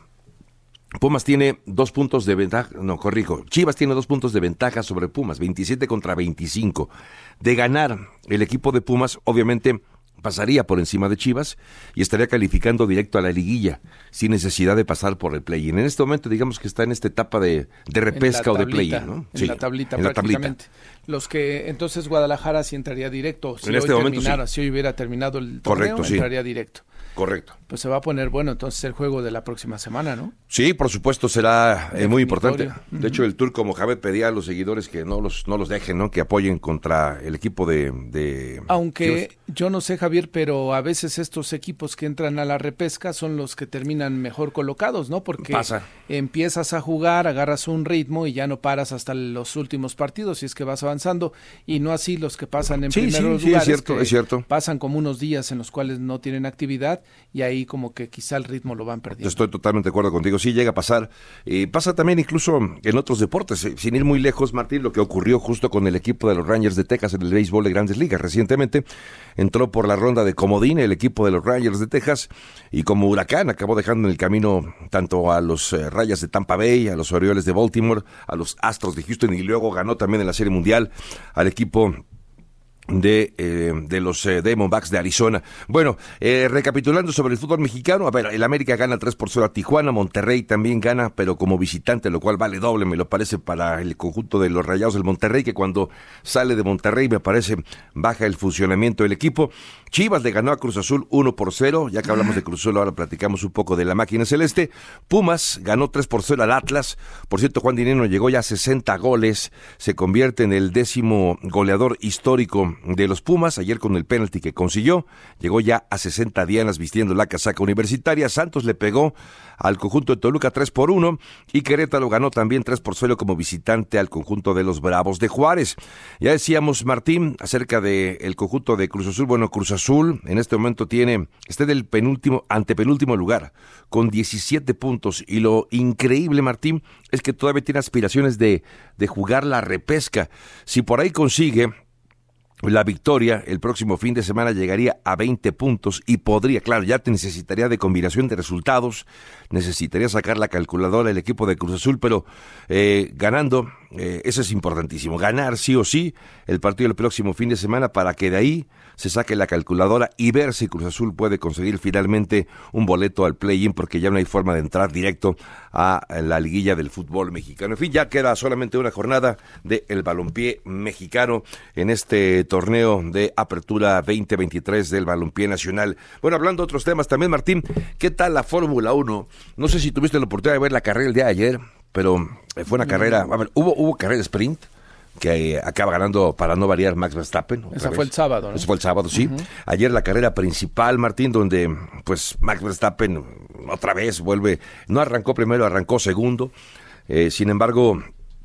Speaker 12: Pumas tiene dos puntos de ventaja, no, corrijo, Chivas tiene dos puntos de ventaja sobre Pumas, veintisiete contra veinticinco. De ganar el equipo de Pumas, obviamente pasaría por encima de Chivas y estaría calificando directo a la liguilla, sin necesidad de pasar por el play-in. En este momento, digamos que está en esta etapa de, de repesca o de play-in, ¿no?
Speaker 2: En
Speaker 12: sí,
Speaker 2: la tablita,
Speaker 12: en la
Speaker 2: prácticamente.
Speaker 12: tablita.
Speaker 2: Los que, entonces Guadalajara sí entraría directo. Si
Speaker 12: en
Speaker 2: hoy
Speaker 12: este momento
Speaker 2: terminara,
Speaker 12: sí.
Speaker 2: Si hoy hubiera terminado el torneo,
Speaker 12: Correcto, sí.
Speaker 2: entraría directo.
Speaker 12: Correcto.
Speaker 2: Pues se va a poner bueno entonces el juego de la próxima semana, ¿no?
Speaker 12: Sí, por supuesto, será eh, muy importante.
Speaker 2: Uh-huh.
Speaker 12: De hecho, el turco Mohamed pedía a los seguidores que no los no los dejen, ¿no? Que apoyen contra el equipo de... de
Speaker 2: Aunque
Speaker 12: Chivas.
Speaker 2: Yo no sé, Javier, pero a veces estos equipos que entran a la repesca son los que terminan mejor colocados, ¿no? Porque
Speaker 12: Pasa.
Speaker 2: empiezas a jugar, agarras un ritmo y ya no paras hasta los últimos partidos, si es que vas avanzando, y no así los que pasan en
Speaker 12: sí,
Speaker 2: primeros
Speaker 12: sí, sí,
Speaker 2: lugares,
Speaker 12: es cierto,
Speaker 2: que
Speaker 12: es cierto.
Speaker 2: pasan como unos días en los cuales no tienen actividad y ahí como que quizá el ritmo lo van perdiendo.
Speaker 12: Estoy totalmente de acuerdo contigo, sí llega a pasar. Eh, pasa también incluso en otros deportes, eh, sin ir muy lejos, Martín, lo que ocurrió justo con el equipo de los Rangers de Texas en el béisbol de Grandes Ligas. Recientemente entró por la ronda de comodín el equipo de los Rangers de Texas y como huracán acabó dejando en el camino tanto a los eh, Rayas de Tampa Bay, a los Orioles de Baltimore, a los Astros de Houston y luego ganó también en la Serie Mundial al equipo de eh, de los eh, Diamondbacks de Arizona. Bueno, eh, recapitulando sobre el fútbol mexicano, a ver, el América gana tres por cero a Tijuana, Monterrey también gana, pero como visitante, lo cual vale doble, me lo parece, para el conjunto de los Rayados del Monterrey, que cuando sale de Monterrey, me parece, baja el funcionamiento del equipo. Chivas le ganó a Cruz Azul uno por cero, ya que hablamos de Cruz Azul, ahora platicamos un poco de la máquina celeste. Pumas ganó tres por cero al Atlas, por cierto, Juan Dineno llegó ya a sesenta goles, se convierte en el décimo goleador histórico de los Pumas, ayer con el penalti que consiguió, llegó ya a sesenta dianas vistiendo la casaca universitaria. Santos le pegó al conjunto de Toluca tres por uno y Querétaro ganó también tres por cero como visitante al conjunto de los Bravos de Juárez. Ya decíamos, Martín, acerca del conjunto de Cruz Azul. Bueno, Cruz Azul en este momento tiene, está en el penúltimo, antepenúltimo lugar, con diecisiete puntos, y lo increíble, Martín, es que todavía tiene aspiraciones de, de jugar la repesca. Si por ahí consigue la victoria, el próximo fin de semana llegaría a veinte puntos y podría, claro, ya te necesitaría de combinación de resultados, necesitaría sacar la calculadora el equipo de Cruz Azul, pero eh, ganando, eh, eso es importantísimo, ganar sí o sí el partido del próximo fin de semana para que de ahí se saque la calculadora y ver si Cruz Azul puede conseguir finalmente un boleto al play-in, porque ya no hay forma de entrar directo a la liguilla del fútbol mexicano. En fin, ya queda solamente una jornada del balompié mexicano en este torneo de apertura veinte veintitrés del balompié nacional. Bueno, hablando de otros temas también, Martín, ¿qué tal la Fórmula uno? No sé si tuviste la oportunidad de ver la carrera el día de ayer, pero fue una carrera, a ver, hubo, hubo carrera sprint, que eh, acaba ganando, para no variar, Max Verstappen.
Speaker 2: Esa
Speaker 12: vez.
Speaker 2: fue el sábado, ¿no?
Speaker 12: Esa fue el sábado, sí. Uh-huh. Ayer la carrera principal, Martín, donde pues Max Verstappen otra vez vuelve, no arrancó primero, arrancó segundo. Eh, sin embargo,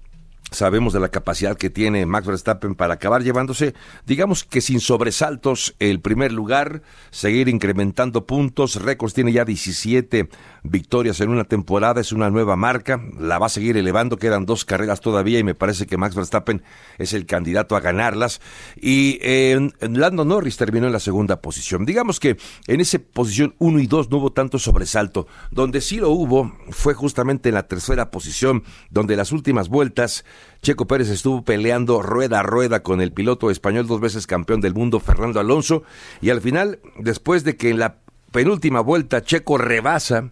Speaker 12: Sabemos de la capacidad que tiene Max Verstappen para acabar llevándose, digamos que sin sobresaltos, el primer lugar, seguir incrementando puntos, récords, tiene ya diecisiete victorias en una temporada, es una nueva marca, la va a seguir elevando, quedan dos carreras todavía y me parece que Max Verstappen es el candidato a ganarlas. Y eh, Lando Norris terminó en la segunda posición. Digamos que en esa posición uno y dos no hubo tanto sobresalto, donde sí lo hubo fue justamente en la tercera posición, donde las últimas vueltas Checo Pérez estuvo peleando rueda a rueda con el piloto español, dos veces campeón del mundo, Fernando Alonso, y al final, después de que en la penúltima vuelta Checo rebasa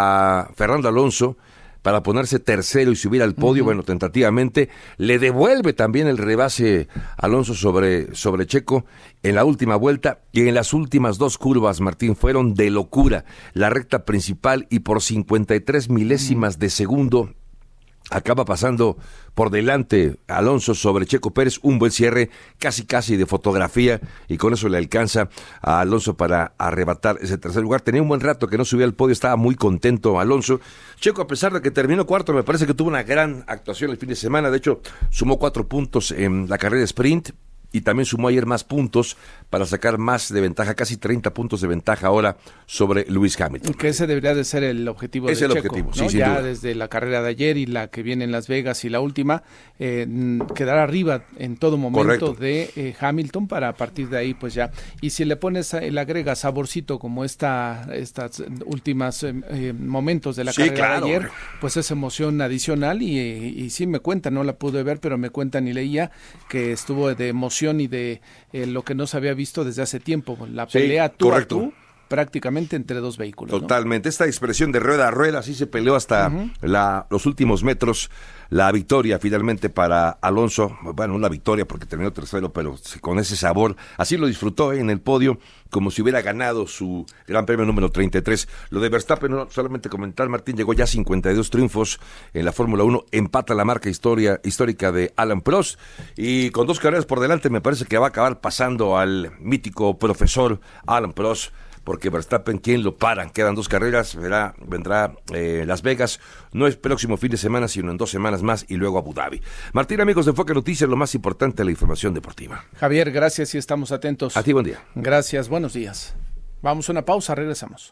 Speaker 12: a Fernando Alonso para ponerse tercero y subir al podio, uh-huh. bueno, tentativamente, le devuelve también el rebase Alonso sobre, sobre Checo en la última vuelta, y en las últimas dos curvas, Martín, fueron de locura, la recta principal, y por cincuenta y tres milésimas uh-huh. de segundo acaba pasando por delante Alonso sobre Checo Pérez, un buen cierre, casi casi de fotografía, y con eso le alcanza a Alonso para arrebatar ese tercer lugar. Tenía un buen rato que no subía al podio, estaba muy contento Alonso. Checo, a pesar de que terminó cuarto, me parece que tuvo una gran actuación el fin de semana, de hecho sumó cuatro puntos en la carrera de sprint, y también sumó ayer más puntos para sacar más de ventaja, casi treinta puntos de ventaja ahora sobre Lewis Hamilton.
Speaker 2: Que ese debería de ser el objetivo
Speaker 12: es
Speaker 2: de
Speaker 12: el
Speaker 2: Checo,
Speaker 12: objetivo,
Speaker 2: ¿no?
Speaker 12: sí, sin
Speaker 2: ya
Speaker 12: duda.
Speaker 2: Desde la carrera de ayer y la que viene en Las Vegas y la última, eh, quedar arriba en todo momento. Correcto. de eh, Hamilton, para a partir de ahí pues ya, y si le pones, le agregas saborcito como esta estas últimas eh, momentos de la sí, carrera claro. de ayer, pues es emoción adicional, y, y, y sí me cuentan, no la pude ver, pero me cuentan y leía que estuvo de emoción y de Eh, lo que no se había visto desde hace tiempo, la sí, pelea tú correcto. a tú, prácticamente entre dos vehículos.
Speaker 12: Totalmente,
Speaker 2: ¿no?
Speaker 12: Esta expresión de rueda a rueda, así se peleó hasta uh-huh. la, los últimos metros, la victoria finalmente para Alonso, bueno, una victoria porque terminó tercero, pero con ese sabor, así lo disfrutó ¿eh? en el podio, como si hubiera ganado su Gran Premio número treinta y tres. Lo de Verstappen, no solamente comentar, Martín, llegó ya a cincuenta y dos triunfos en la Fórmula uno, empata la marca historia, histórica de Alain Prost, y con dos carreras por delante me parece que va a acabar pasando al mítico profesor Alain Prost, porque Verstappen, ¿quién lo paran? Quedan dos carreras, verá, vendrá eh, Las Vegas, no es próximo fin de semana, sino en dos semanas más, y luego Abu Dhabi. Martín, amigos de Enfoque Noticias, lo más importante, la información deportiva.
Speaker 2: Javier, gracias y estamos atentos.
Speaker 12: A ti, buen día.
Speaker 2: Gracias, buenos días. Vamos a una pausa, regresamos.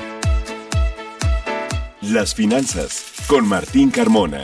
Speaker 1: Las finanzas, con Martín Carmona.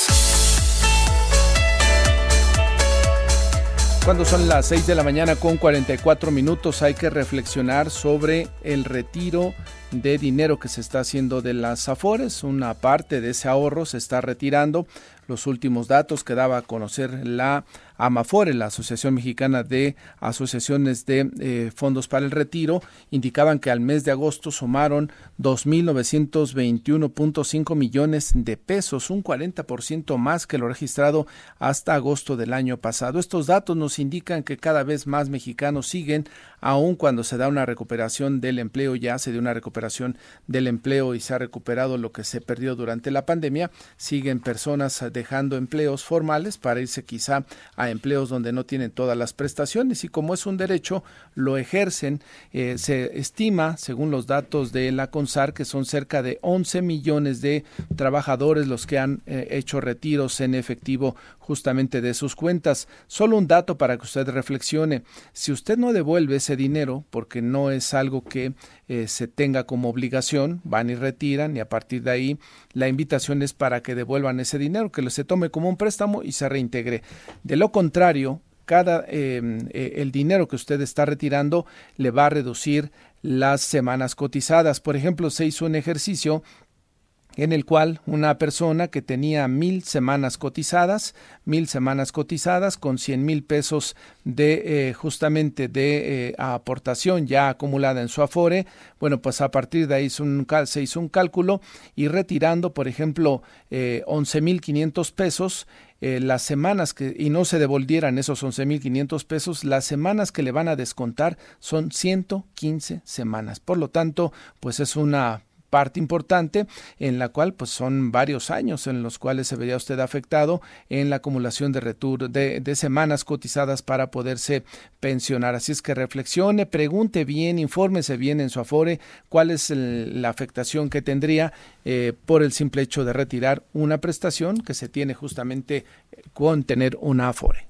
Speaker 2: Cuando son las seis de la mañana con cuarenta y cuatro minutos, hay que reflexionar sobre el retiro de dinero que se está haciendo de las Afores. Una parte de ese ahorro se está retirando. Los últimos datos que daba a conocer la AMAFORE, la Asociación Mexicana de Asociaciones de eh, Fondos para el Retiro, indicaban que al mes de agosto sumaron dos mil novecientos veintiuno punto cinco millones de pesos, un cuarenta por ciento más que lo registrado hasta agosto del año pasado. Estos datos nos indican que cada vez más mexicanos siguen, aun cuando se da una recuperación del empleo, ya se dio una recuperación del empleo y se ha recuperado lo que se perdió durante la pandemia, siguen personas dejando empleos formales para irse quizá a empleos donde no tienen todas las prestaciones, y como es un derecho, lo ejercen. Eh, se estima, según los datos de la CONSAR, que son cerca de once millones de trabajadores los que han eh, hecho retiros en efectivo justamente de sus cuentas. Solo un dato para que usted reflexione: si usted no devuelve ese dinero, porque no es algo que eh, se tenga como obligación, van y retiran, y a partir de ahí la invitación es para que devuelvan ese dinero, que se tome como un préstamo y se reintegre. De lo contrario, cada eh, eh, el dinero que usted está retirando le va a reducir las semanas cotizadas. Por ejemplo, se hizo un ejercicio en el cual una persona que tenía mil semanas cotizadas, mil semanas cotizadas con cien mil pesos de eh, justamente de eh, aportación ya acumulada en su Afore, bueno, pues a partir de ahí hizo un, se hizo un cálculo, y retirando, por ejemplo, eh, once mil quinientos pesos, Eh, las semanas que, y no se devolvieran esos once mil quinientos pesos, las semanas que le van a descontar son ciento quince semanas. Por lo tanto, pues es una parte importante en la cual pues son varios años en los cuales se vería usted afectado en la acumulación de retur de, de semanas cotizadas para poderse pensionar. Así es que reflexione, pregunte bien, infórmese bien en su Afore cuál es el, la afectación que tendría eh, por el simple hecho de retirar una prestación que se tiene justamente con tener una Afore.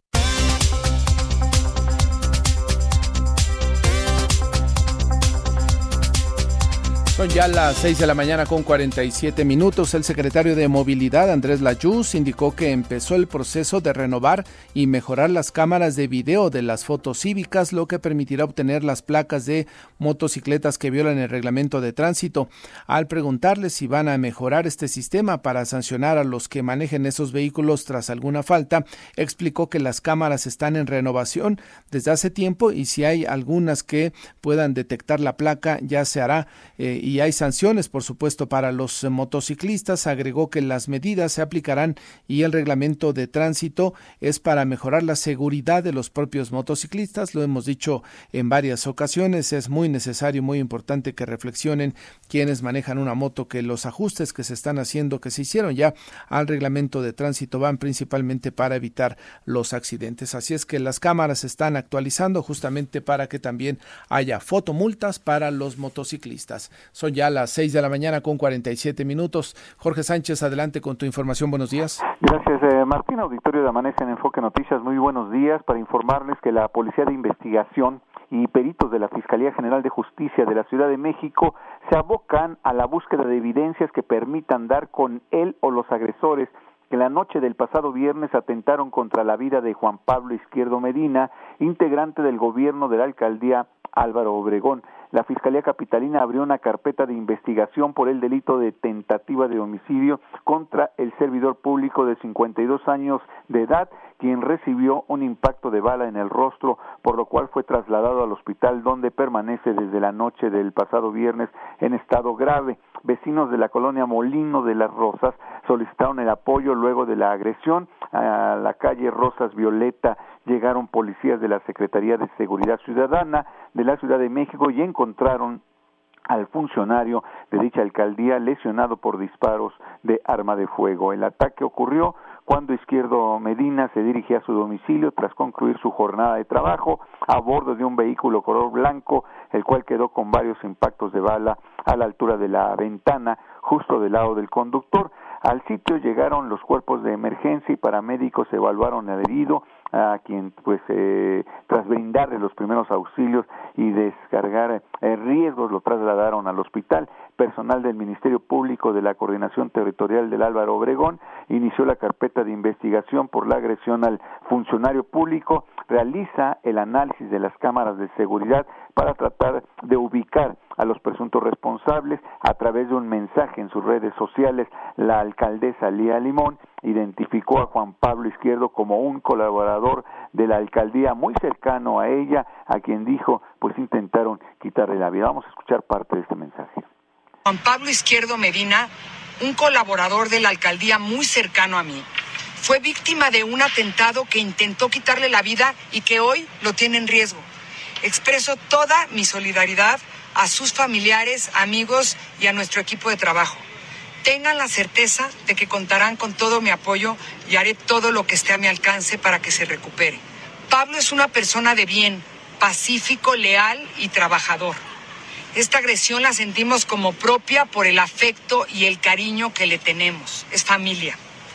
Speaker 2: Son ya las seis de la mañana con cuarenta y siete minutos. El secretario de Movilidad, Andrés Layuz, indicó que empezó el proceso de renovar y mejorar las cámaras de video de las fotos cívicas, lo que permitirá obtener las placas de motocicletas que violan el reglamento de tránsito. Al preguntarle si van a mejorar este sistema para sancionar a los que manejen esos vehículos tras alguna falta, explicó que las cámaras están en renovación desde hace tiempo y si hay algunas que puedan detectar la placa ya se hará. Eh, y hay sanciones, por supuesto, para los motociclistas. Agregó que las medidas se aplicarán y el reglamento de tránsito es para mejorar la seguridad de los propios motociclistas. Lo hemos dicho en varias ocasiones, es muy necesario, muy importante que reflexionen quienes manejan una moto, que los ajustes que se están haciendo, que se hicieron ya al reglamento de tránsito, van principalmente para evitar los accidentes. Así es que las cámaras se están actualizando justamente para que también haya fotomultas para los motociclistas. Son ya las seis de la mañana con cuarenta y siete minutos. Jorge Sánchez, adelante con tu información. Buenos días.
Speaker 13: Gracias, eh, Martín. Auditorio de Amanece en Enfoque Noticias. Muy buenos días. Para informarles que la Policía de Investigación y peritos de la Fiscalía General de Justicia de la Ciudad de México se abocan a la búsqueda de evidencias que permitan dar con él o los agresores que la noche del pasado viernes atentaron contra la vida de Juan Pablo Izquierdo Medina, integrante del gobierno de la alcaldía Álvaro Obregón. La Fiscalía Capitalina abrió una carpeta de investigación por el delito de tentativa de homicidio contra el servidor público de cincuenta y dos años de edad, quien recibió un impacto de bala en el rostro, por lo cual fue trasladado al hospital donde permanece desde la noche del pasado viernes en estado grave. Vecinos de la colonia Molino de las Rosas solicitaron el apoyo luego de la agresión. A la calle Rosas Violeta llegaron policías de la Secretaría de Seguridad Ciudadana de la Ciudad de México y encontraron al funcionario de dicha alcaldía lesionado por disparos de arma de fuego. El ataque ocurrió cuando Izquierdo Medina se dirigía a su domicilio tras concluir su jornada de trabajo a bordo de un vehículo color blanco, el cual quedó con varios impactos de bala a la altura de la ventana, justo del lado del conductor. Al sitio llegaron los cuerpos de emergencia y paramédicos evaluaron al herido, a quien pues eh, tras brindarle los primeros auxilios y descargar eh, riesgos lo trasladaron al hospital. Personal del Ministerio Público de la Coordinación Territorial del Álvaro Obregón inició la carpeta de investigación por la agresión al funcionario público, realiza el análisis de las cámaras de seguridad para tratar de ubicar a los presuntos responsables. A través de un mensaje en sus redes sociales, la alcaldesa Lía Limón identificó a Juan Pablo Izquierdo como un colaborador de la alcaldía muy cercano a ella, a quien dijo pues intentaron quitarle la vida. Vamos a escuchar parte de este mensaje.
Speaker 7: Juan Pablo Izquierdo Medina, un colaborador de la alcaldía muy cercano a mí, fue víctima de un atentado que intentó quitarle la vida y que hoy lo tiene en riesgo. Expreso toda mi solidaridad a sus familiares, amigos y a nuestro equipo de trabajo. Tengan la certeza de que contarán con todo mi apoyo y haré todo lo que esté a mi alcance para que se recupere. Pablo es una persona de bien, pacífico, leal y trabajador. Esta agresión la sentimos como propia por el afecto y el cariño que le tenemos. Es familia.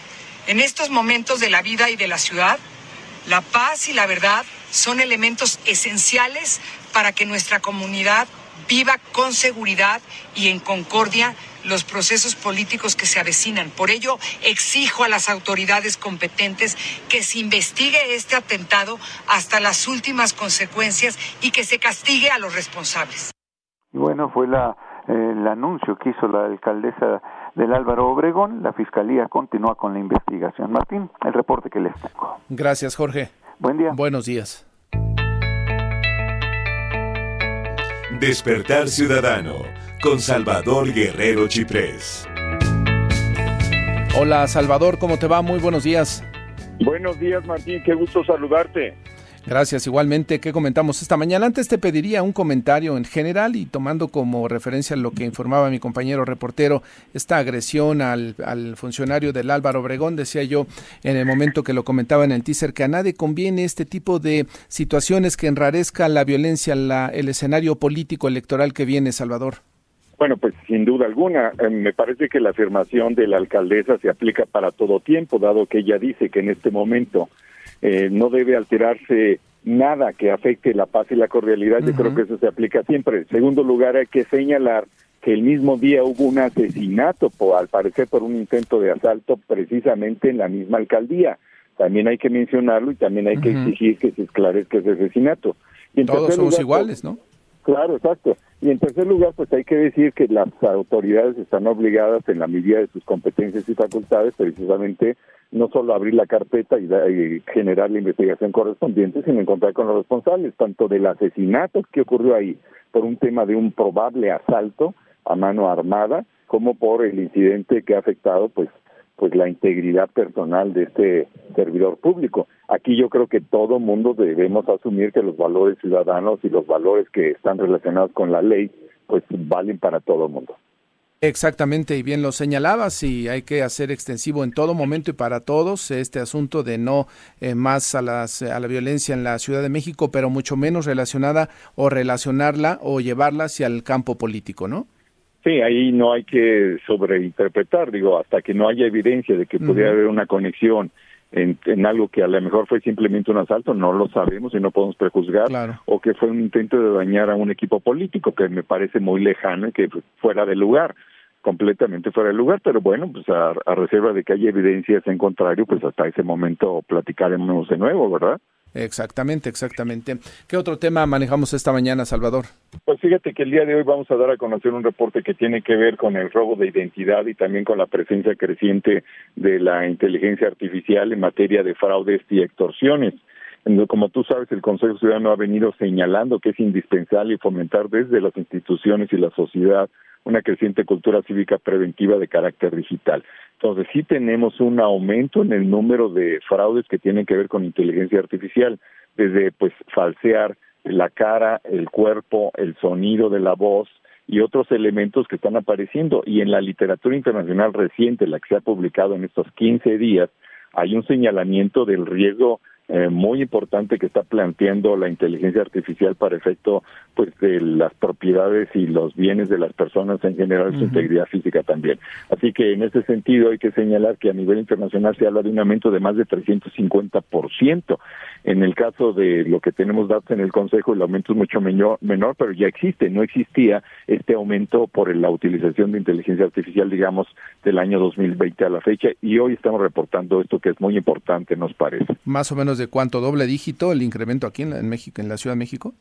Speaker 7: En estos momentos de la vida y de la ciudad, la paz y la verdad son elementos esenciales para que nuestra comunidad viva con seguridad y en concordia los procesos políticos que se avecinan. Por ello, exijo a las autoridades competentes que se investigue este atentado hasta las últimas consecuencias y que se castigue a los responsables.
Speaker 13: Y bueno, fue la, eh, el anuncio que hizo la alcaldesa del Álvaro Obregón. La Fiscalía continúa con la investigación. Martín, el reporte que les tengo.
Speaker 2: Gracias, Jorge.
Speaker 13: Buen día.
Speaker 2: Buenos días.
Speaker 1: Despertar Ciudadano con Salvador Guerrero Chiprés.
Speaker 2: Hola, Salvador, ¿cómo te va? Muy buenos días.
Speaker 14: Buenos días, Martín, qué gusto saludarte.
Speaker 2: Gracias, igualmente. ¿Qué comentamos esta mañana? Antes te pediría un comentario en general y tomando como referencia lo que informaba mi compañero reportero, esta agresión al, al funcionario del Álvaro Obregón, decía yo en el momento que lo comentaba en el teaser, que a nadie conviene este tipo de situaciones que enrarezcan la violencia, la, el escenario político electoral que viene, Salvador.
Speaker 14: Bueno, pues sin duda alguna, eh, me parece que la afirmación de la alcaldesa se aplica para todo tiempo, dado que ella dice que en este momento eh, no debe alterarse nada que afecte la paz y la cordialidad. Uh-huh. Yo creo que eso se aplica siempre. En segundo lugar, hay que señalar que el mismo día hubo un asesinato, por, al parecer por un intento de asalto, precisamente en la misma alcaldía. También hay que mencionarlo y también hay uh-huh. que exigir que se esclarezca ese asesinato. Y en
Speaker 2: Todos somos
Speaker 14: lugar,
Speaker 2: iguales, ¿no?
Speaker 14: Claro, exacto. Y en tercer lugar, pues hay que decir que las autoridades están obligadas en la medida de sus competencias y facultades, precisamente, no solo abrir la carpeta y, da, y generar la investigación correspondiente, sino encontrar con los responsables, tanto del asesinato que ocurrió ahí, por un tema de un probable asalto a mano armada, como por el incidente que ha afectado, pues, pues la integridad personal de este servidor público. Aquí yo creo que todo mundo debemos asumir que los valores ciudadanos y los valores que están relacionados con la ley, pues valen para todo el mundo.
Speaker 2: Exactamente, y bien lo señalabas, y hay que hacer extensivo en todo momento y para todos este asunto de no eh, más a, las, a la violencia en la Ciudad de México, pero mucho menos relacionada o relacionarla o llevarla hacia el campo político, ¿no?
Speaker 14: Sí, ahí no hay que sobreinterpretar, digo, hasta que no haya evidencia de que uh-huh. pudiera haber una conexión en, en algo que a lo mejor fue simplemente un asalto, no lo sabemos y no podemos prejuzgar, claro. o que fue un intento de dañar a un equipo político, que me parece muy lejano y que fuera de lugar, completamente fuera de lugar, pero bueno, pues a, a reserva de que haya evidencias en contrario, pues hasta ese momento platicaremos de nuevo, ¿verdad?
Speaker 2: Exactamente, exactamente. ¿Qué otro tema manejamos esta mañana, Salvador?
Speaker 14: Pues fíjate que el día de hoy vamos a dar a conocer un reporte que tiene que ver con el robo de identidad y también con la presencia creciente de la inteligencia artificial en materia de fraudes y extorsiones. Como tú sabes, el Consejo Ciudadano ha venido señalando que es indispensable fomentar desde las instituciones y la sociedad una creciente cultura cívica preventiva de carácter digital. Entonces, sí tenemos un aumento en el número de fraudes que tienen que ver con inteligencia artificial, desde pues falsear la cara, el cuerpo, el sonido de la voz y otros elementos que están apareciendo. Y en la literatura internacional reciente, la que se ha publicado en estos quince días, hay un señalamiento del riesgo Eh, muy importante que está planteando la inteligencia artificial para efecto pues de las propiedades y los bienes de las personas en general, uh-huh. su integridad física también. Así que en ese sentido hay que señalar que a nivel internacional se habla de un aumento de más de trescientos cincuenta por ciento. En el caso de lo que tenemos datos en el Consejo, el aumento es mucho menor, menor, pero ya existe, no existía este aumento por la utilización de inteligencia artificial, digamos, del año dos mil veinte a la fecha, y hoy estamos reportando esto que es muy importante, nos parece.
Speaker 2: Más o menos de cuánto, doble dígito el incremento aquí en, la, en México, en la Ciudad de México.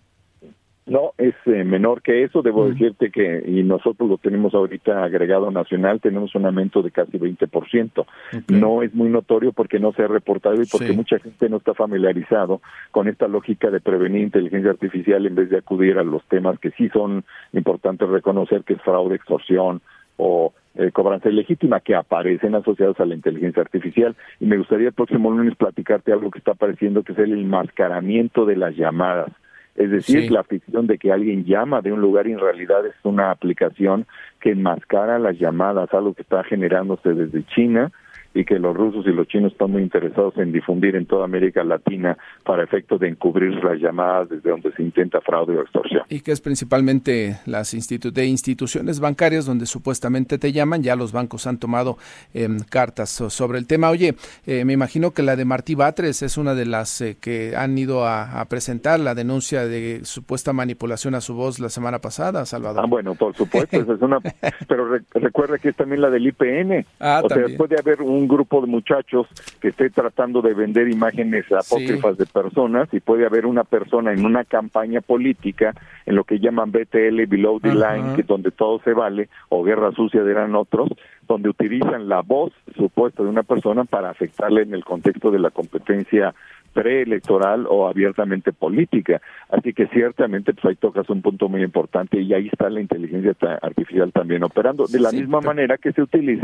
Speaker 14: No, es eh, menor que eso, debo mm. decirte que, y nosotros lo tenemos ahorita agregado nacional, tenemos un aumento de casi veinte por ciento. Okay. No es muy notorio porque no se ha reportado y porque sí. mucha gente no está familiarizado con esta lógica de prevenir inteligencia artificial en vez de acudir a los temas que sí son importantes reconocer, que es fraude, extorsión o eh, cobranza ilegítima, que aparecen asociados a la inteligencia artificial. Y me gustaría el próximo lunes platicarte algo que está apareciendo, que es el enmascaramiento de las llamadas. Es decir, sí. la ficción de que alguien llama de un lugar y en realidad es una aplicación que enmascara las llamadas, algo que está generándose desde China y que los rusos y los chinos están muy interesados en difundir en toda América Latina para efectos de encubrir las llamadas desde donde se intenta fraude o extorsión.
Speaker 2: Y que es principalmente las institu- de instituciones bancarias donde supuestamente te llaman, ya los bancos han tomado eh, cartas so- sobre el tema. Oye, eh, me imagino que la de Martí Batres es una de las eh, que han ido a, a presentar la denuncia de supuesta manipulación a su voz la semana pasada, Salvador.
Speaker 14: Ah, bueno, por supuesto, esa es una, pero re- recuerda que es también la del I P N.
Speaker 2: Ah,
Speaker 14: o
Speaker 2: también.
Speaker 14: sea, puede haber un grupo de muchachos que esté tratando de vender imágenes apócrifas sí. de personas, y puede haber una persona en una campaña política en lo que llaman B T L, Below the uh-huh. Line, que donde todo se vale, o Guerra Sucia dirán otros, donde utilizan la voz supuesta de una persona para afectarle en el contexto de la competencia preelectoral o abiertamente política. Así que ciertamente pues ahí tocas un punto muy importante y ahí está la inteligencia artificial también operando, de la sí, misma pero... manera que se utiliza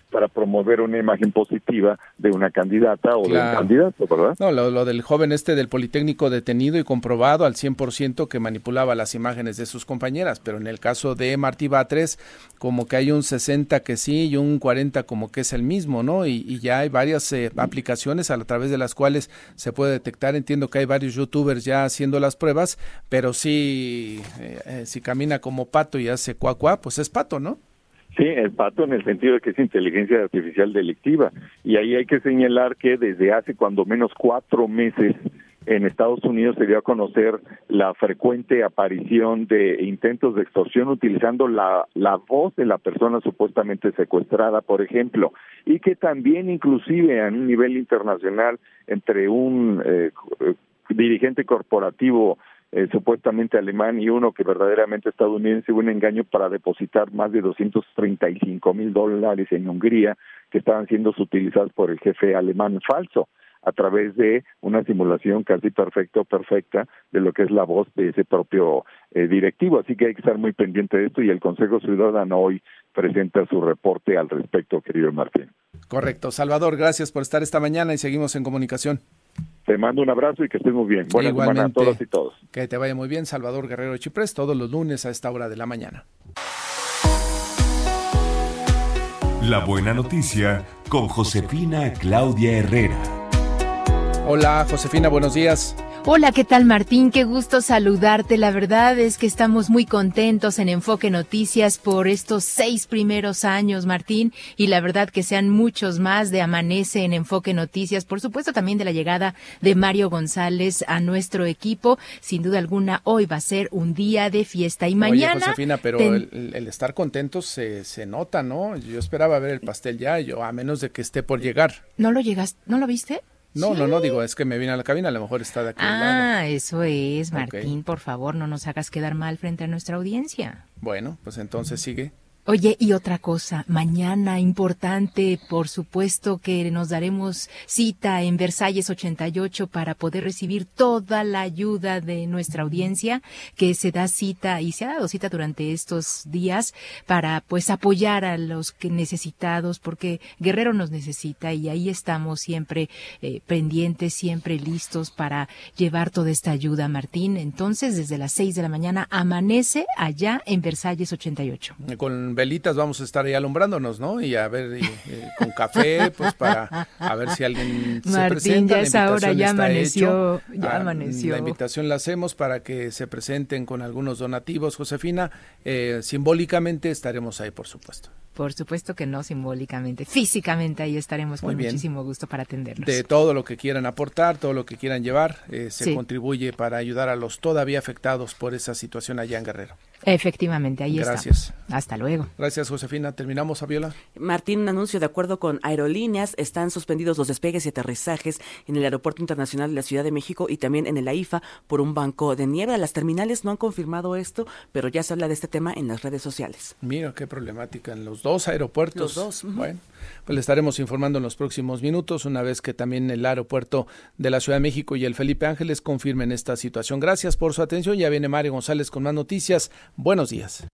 Speaker 14: para promover una imagen positiva de una candidata o
Speaker 2: claro.
Speaker 14: de un candidato, ¿verdad?
Speaker 2: No, lo, lo del joven este del Politécnico detenido y comprobado al cien por ciento que manipulaba las imágenes de sus compañeras, pero en el caso de Martí Batres, como que hay un sesenta que sí y un cuarenta como que es el mismo, ¿no? Y, y ya hay varias eh, aplicaciones a través de las cuales se puede detectar. Entiendo que hay varios youtubers ya haciendo las pruebas, pero sí, eh, eh, si camina como pato y hace cuá cuá, pues es pato, ¿no?
Speaker 14: Sí, el pato en el sentido de que es inteligencia artificial delictiva. Y ahí hay que señalar que desde hace cuando menos cuatro meses en Estados Unidos se dio a conocer la frecuente aparición de intentos de extorsión utilizando la, la voz de la persona supuestamente secuestrada, por ejemplo, y que también inclusive a un nivel internacional entre un eh, dirigente corporativo Eh, supuestamente alemán y uno que verdaderamente estadounidense, hubo un engaño para depositar más de doscientos treinta y cinco mil dólares en Hungría que estaban siendo utilizados por el jefe alemán falso a través de una simulación casi perfecta o perfecta de lo que es la voz de ese propio eh, directivo. Así que hay que estar muy pendiente de esto y el Consejo Ciudadano hoy presenta su reporte al respecto, querido Martín.
Speaker 2: Correcto. Salvador, gracias por estar esta mañana y seguimos en comunicación.
Speaker 14: Te mando un abrazo y que estés muy bien. Buena semana a todos y todos.
Speaker 2: Que te vaya muy bien, Salvador Guerrero Chiprés, todos los lunes a esta hora de la mañana.
Speaker 1: La buena noticia con Josefina Claudia Herrera.
Speaker 2: Hola, Josefina, buenos días.
Speaker 15: Hola, ¿qué tal, Martín? Qué gusto saludarte. La verdad es que estamos muy contentos en Enfoque Noticias por estos seis primeros años, Martín, y la verdad que sean muchos más de Amanece en Enfoque Noticias. Por supuesto, también de la llegada de Mario González a nuestro equipo. Sin duda alguna, hoy va a ser un día de fiesta. Y mañana...
Speaker 2: Oye, Josefina, pero
Speaker 15: ten...
Speaker 2: el, el estar contentos se, se nota, ¿no? Yo esperaba ver el pastel ya, yo a menos de que esté por llegar.
Speaker 15: ¿No lo llegaste? ¿No lo viste?
Speaker 2: No,
Speaker 15: sí.
Speaker 2: no, no, digo, es que me vine a la cabina, a lo mejor está de aquel
Speaker 15: ah,
Speaker 2: lado.
Speaker 15: Ah, eso es, Martín,
Speaker 2: okay.
Speaker 15: Por favor, no nos hagas quedar mal frente a nuestra audiencia.
Speaker 2: Bueno, pues entonces sigue.
Speaker 15: Oye, y otra cosa, mañana importante, por supuesto que nos daremos cita en Versalles ochenta y ocho para poder recibir toda la ayuda de nuestra audiencia, que se da cita y se ha dado cita durante estos días para pues apoyar a los que necesitados, porque Guerrero nos necesita y ahí estamos siempre eh, pendientes, siempre listos para llevar toda esta ayuda, Martín. Entonces, desde las seis de la mañana amanece allá en Versalles ochenta y ocho.
Speaker 2: Con velitas vamos a estar ahí alumbrándonos, ¿no? Y a ver, y, y, con café, pues para a ver si alguien
Speaker 15: Martín,
Speaker 2: se presenta.
Speaker 15: Ya es ahora, ya amaneció,
Speaker 2: hecho.
Speaker 15: ya
Speaker 2: ah,
Speaker 15: amaneció.
Speaker 2: La invitación la hacemos para que se presenten con algunos donativos, Josefina. Eh, simbólicamente estaremos ahí, por supuesto.
Speaker 15: Por supuesto que no simbólicamente, físicamente ahí estaremos con muchísimo gusto para atendernos.
Speaker 2: De todo lo que quieran aportar, todo lo que quieran llevar, eh, se
Speaker 15: sí.
Speaker 2: contribuye para ayudar a los todavía afectados por esa situación allá en Guerrero.
Speaker 15: Efectivamente, ahí está.
Speaker 2: Gracias.
Speaker 15: Hasta luego.
Speaker 2: Gracias, Josefina. ¿Terminamos, Fabiola?
Speaker 3: Martín, un anuncio de acuerdo con Aerolíneas. Están suspendidos los despegues y aterrizajes en el Aeropuerto Internacional de la Ciudad de México y también en el A I F A por un banco de niebla. Las terminales no han confirmado esto, pero ya se habla de este tema en las redes sociales.
Speaker 2: Mira, qué problemática en los dos aeropuertos.
Speaker 3: Los dos. Uh-huh.
Speaker 2: Bueno, pues le estaremos informando en los próximos minutos, una vez que también el aeropuerto de la Ciudad de México y el Felipe Ángeles confirmen esta situación. Gracias por su atención. Ya viene Mario González con más noticias. Buenos días.